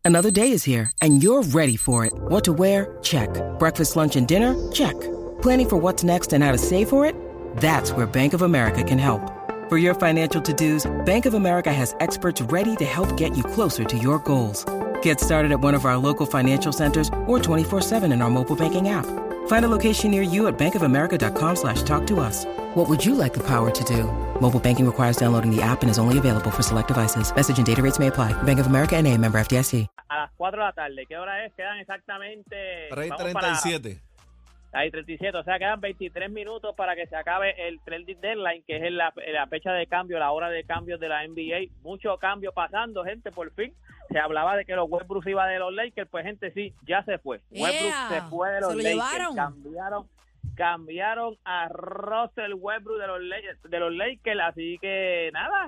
Another day is here, and you're ready for it. What to wear? Check. Breakfast, lunch, and dinner? Check. Planning for what's next and how to save for it? That's where Bank of America can help. For your financial to-dos, Bank of America has experts ready to help get you closer to your goals. Get started at one of our local financial centers or 24/7 in our mobile banking app. Find a location near you at bankofamerica.com/talktous. What would you like the power to do? Mobile banking requires downloading the app and is only available for select devices. Message and data rates may apply. Bank of America N.A., member FDIC. A las 4 de la tarde. ¿Qué hora es? Quedan exactamente... 3:37. Ahí 37, o sea, quedan 23 minutos para que se acabe el trading deadline, que es la fecha de cambio, la hora de cambio de la NBA. Mucho cambio pasando, gente, por fin. Se hablaba de que los Westbrook iba de los Lakers, pues, gente, sí, ya se fue. Westbrook se fue de los Lakers. Cambiaron a Russell Westbrook de los Lakers, así que nada,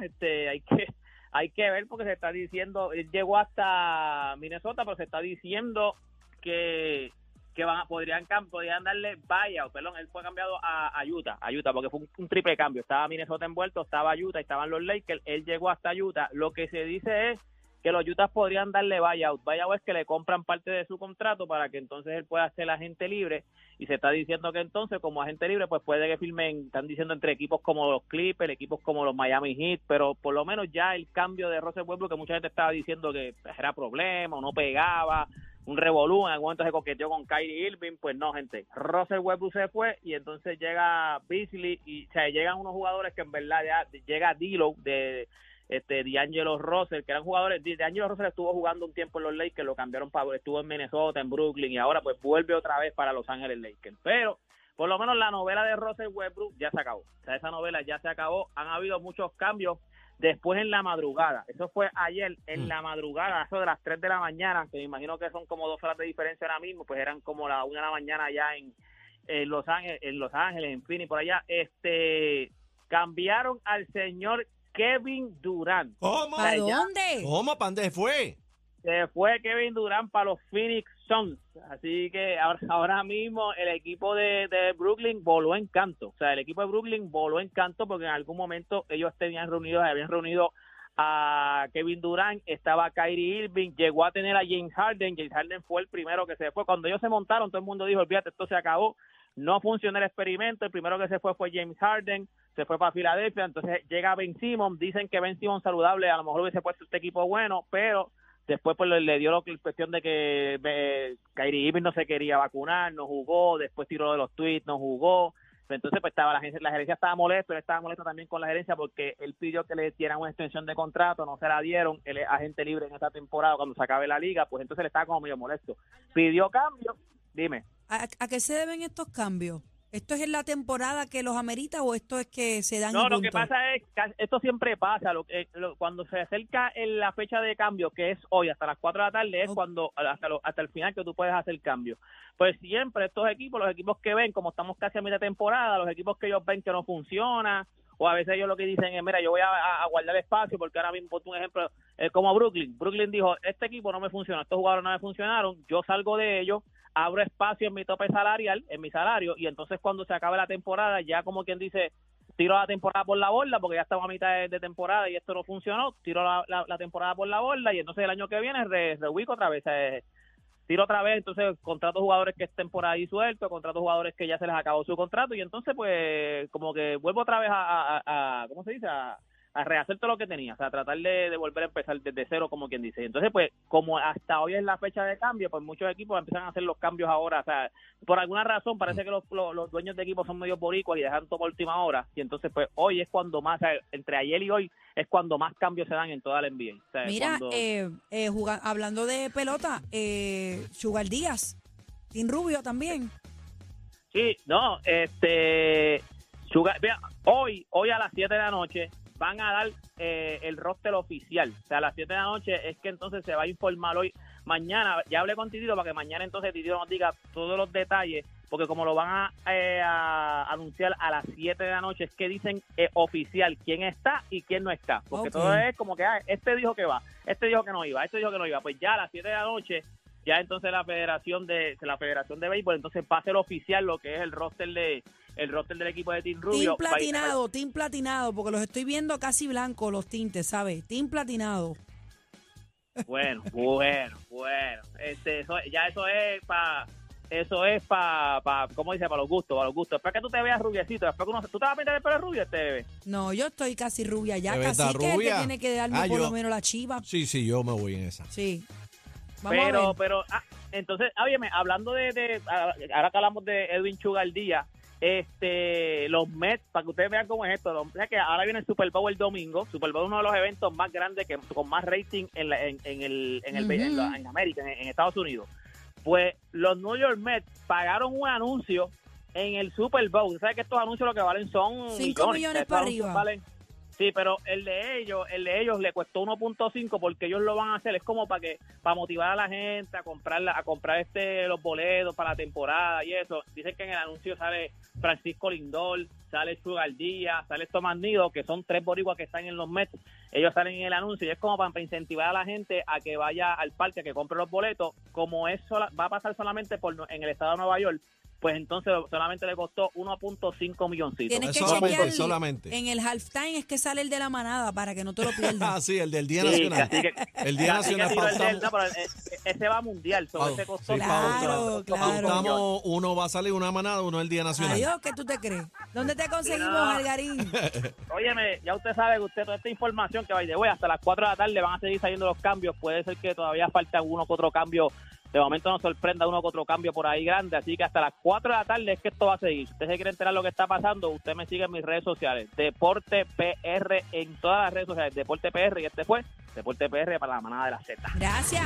hay que ver, porque se está diciendo, él llegó hasta Minnesota, pero se está diciendo que podrían darle buyout, él fue cambiado a Utah, porque fue un triple cambio. Estaba Minnesota envuelto, estaba Utah, estaban los Lakers, él llegó hasta Utah. Lo que se dice es que los Utah podrían darle buyout. Buyout es que le compran parte de su contrato para que entonces él pueda ser agente libre, y se está diciendo que entonces como agente libre pues puede que firmen, están diciendo, entre equipos como los Clippers, equipos como los Miami Heat, pero por lo menos ya el cambio de Russell Westbrook, que mucha gente estaba diciendo que era problema o no pegaba, un revolú, en algún momento se coqueteó con Kyrie Irving, pues no, gente, Russell Westbrook se fue y entonces llega Beasley y llegan unos jugadores que en verdad ya llega D'Lo de D'Angelo Russell, que eran jugadores. D'Angelo Russell estuvo jugando un tiempo en los Lakers, lo cambiaron estuvo en Minnesota, en Brooklyn, y ahora pues vuelve otra vez para Los Ángeles Lakers. Pero por lo menos la novela de Russell Westbrook ya se acabó, o sea, esa novela ya se acabó. Han habido muchos cambios después en la madrugada, eso fue ayer en la madrugada, eso de las 3 de la mañana, que me imagino que son como 2 horas de diferencia ahora mismo, pues eran como la 1 de la mañana allá en Los Ángeles, en Phoenix, por allá, cambiaron al señor Kevin Durant. ¿Cómo? ¿Para dónde? ¿Cómo? ¿Para dónde fue? Se fue Kevin Durant para los Phoenix Suns. Así que ahora mismo el equipo de Brooklyn voló en canto. O sea, el equipo de Brooklyn voló en canto porque en algún momento ellos habían reunido a Kevin Durant, estaba Kyrie Irving, llegó a tener a James Harden. James Harden fue el primero que se fue. Cuando ellos se montaron, todo el mundo dijo, olvídate, esto se acabó. No funcionó el experimento. El primero que se fue James Harden, se fue para Filadelfia. Entonces llega Ben Simmons. Dicen que Ben Simmons saludable, a lo mejor hubiese puesto este equipo bueno, pero después pues le dio la cuestión de que Kyrie Irving no se quería vacunar, no jugó. Después tiró de los tweets, no jugó. Entonces pues la gerencia estaba molesto, él estaba molesto también con la gerencia porque él pidió que le dieran una extensión de contrato, no se la dieron. Él es agente libre en esta temporada cuando se acabe la liga, pues entonces él estaba como medio molesto. Pidió cambio. Dime. ¿A qué se deben estos cambios? ¿Esto es en la temporada que los amerita o esto es que se dan? No, lo que pasa es que esto siempre pasa. Cuando se acerca en la fecha de cambio, que es hoy, hasta las 4 de la tarde, es cuando hasta el final que tú puedes hacer cambio. Pues siempre estos equipos, los equipos que ven, como estamos casi a mitad de temporada, los equipos que ellos ven que no funciona, o a veces ellos lo que dicen es, mira, yo voy a guardar espacio, porque ahora mismo, por un ejemplo, como Brooklyn dijo, este equipo no me funciona, estos jugadores no me funcionaron, yo salgo de ellos, abro espacio en mi tope salarial, en mi salario, y entonces cuando se acabe la temporada, ya como quien dice, tiro la temporada por la borda, porque ya estamos a mitad de temporada y esto no funcionó, tiro la temporada por la borda, y entonces el año que viene reubico otra vez, tiro otra vez, entonces contrato jugadores que estén por ahí sueltos, contrato jugadores que ya se les acabó su contrato, y entonces pues como que vuelvo otra vez a ¿cómo se dice? A rehacer todo lo que tenía, o sea, tratar de volver a empezar desde cero, como quien dice. Entonces, pues, como hasta hoy es la fecha de cambio, pues muchos equipos empiezan a hacer los cambios ahora, o sea, por alguna razón parece que los dueños de equipos son medio boricuas y dejan todo por última hora, y entonces, pues, hoy es cuando más, o sea, entre ayer y hoy, es cuando más cambios se dan en toda la NBA. O sea, mira, hablando de pelota, Sugar Díaz, Team Rubio también. Sí, no, Sugar, mira, hoy a las 7 de la noche, van a dar el roster oficial. O sea, a las 7 de la noche es que entonces se va a informar hoy. Mañana, ya hablé con Titito para que mañana entonces Titito nos diga todos los detalles, porque como lo van a anunciar a las 7 de la noche, es que dicen oficial quién está y quién no está. Porque todo es como que este dijo que va, este dijo que no iba, este dijo que no iba. Pues ya a las 7 de la noche, ya entonces la Federación de Béisbol entonces va a ser oficial lo que es el roster del equipo de Team Rubio. Team platinado, porque los estoy viendo casi blancos los tintes, ¿sabes? Team platinado. Bueno. eso es para ¿cómo dice? Para los gustos, Después que tú te veas rubiecito, después que ¿tú te vas a pintar el pelo rubio, bebé? No, yo estoy casi rubia ya, ¿De casi verdad, que rubia? tiene que darme por yo- lo menos la chiva. Sí, yo me voy en esa. Sí. Vamos a ver. Entonces, óyeme, hablando ahora que hablamos de Edwin Chugaldía, los Mets, para que ustedes vean cómo es esto, o sea que ahora viene el Super Bowl el domingo. Super Bowl es uno de los eventos más grandes con más rating en América, en Estados Unidos. Pues los New York Mets pagaron un anuncio en el Super Bowl. ¿Sabes que estos anuncios lo que valen son 5 millones Estos para anuncios arriba. Sí, pero el de ellos le costó 1.5 porque ellos lo van a hacer, es como para motivar a la gente a comprar los boletos para la temporada y eso. Dicen que en el anuncio sale Francisco Lindor, sale Sugar Díaz, sale Tomás Nido, que son 3 boricuas que están en los Mets. Ellos salen en el anuncio y es como para incentivar a la gente a que vaya al parque, a que compre los boletos. Como eso va a pasar solamente en el estado de Nueva York, pues entonces solamente le costó 1.5 milloncitos. Tienes que Solamente, chequear solamente. en el halftime es que sale el de la manada para que no te lo pierdas. Ah, sí, el del Día Sí, Nacional. así que- El Día así que Nacional tiró el del- pautamos. no, pero ese va mundial, ese costó. Sí, Claro, claro. pautamos, uno va a salir una manada, uno el Día Nacional. Adiós, ¿qué tú te crees? ¿Dónde te conseguimos, no. Algarín? Óyeme, ya usted sabe que toda esta información que va de hoy hasta las 4 de la tarde van a seguir saliendo los cambios. Puede ser que todavía falta uno que otro cambio. De momento nos sorprenda uno que otro cambio por ahí grande. Así que hasta las 4 de la tarde es que esto va a seguir. Si usted se quiere enterar lo que está pasando, usted me sigue en mis redes sociales. Deporte PR en todas las redes sociales. Deporte PR y este fue Deporte PR para la manada de la Z. Gracias.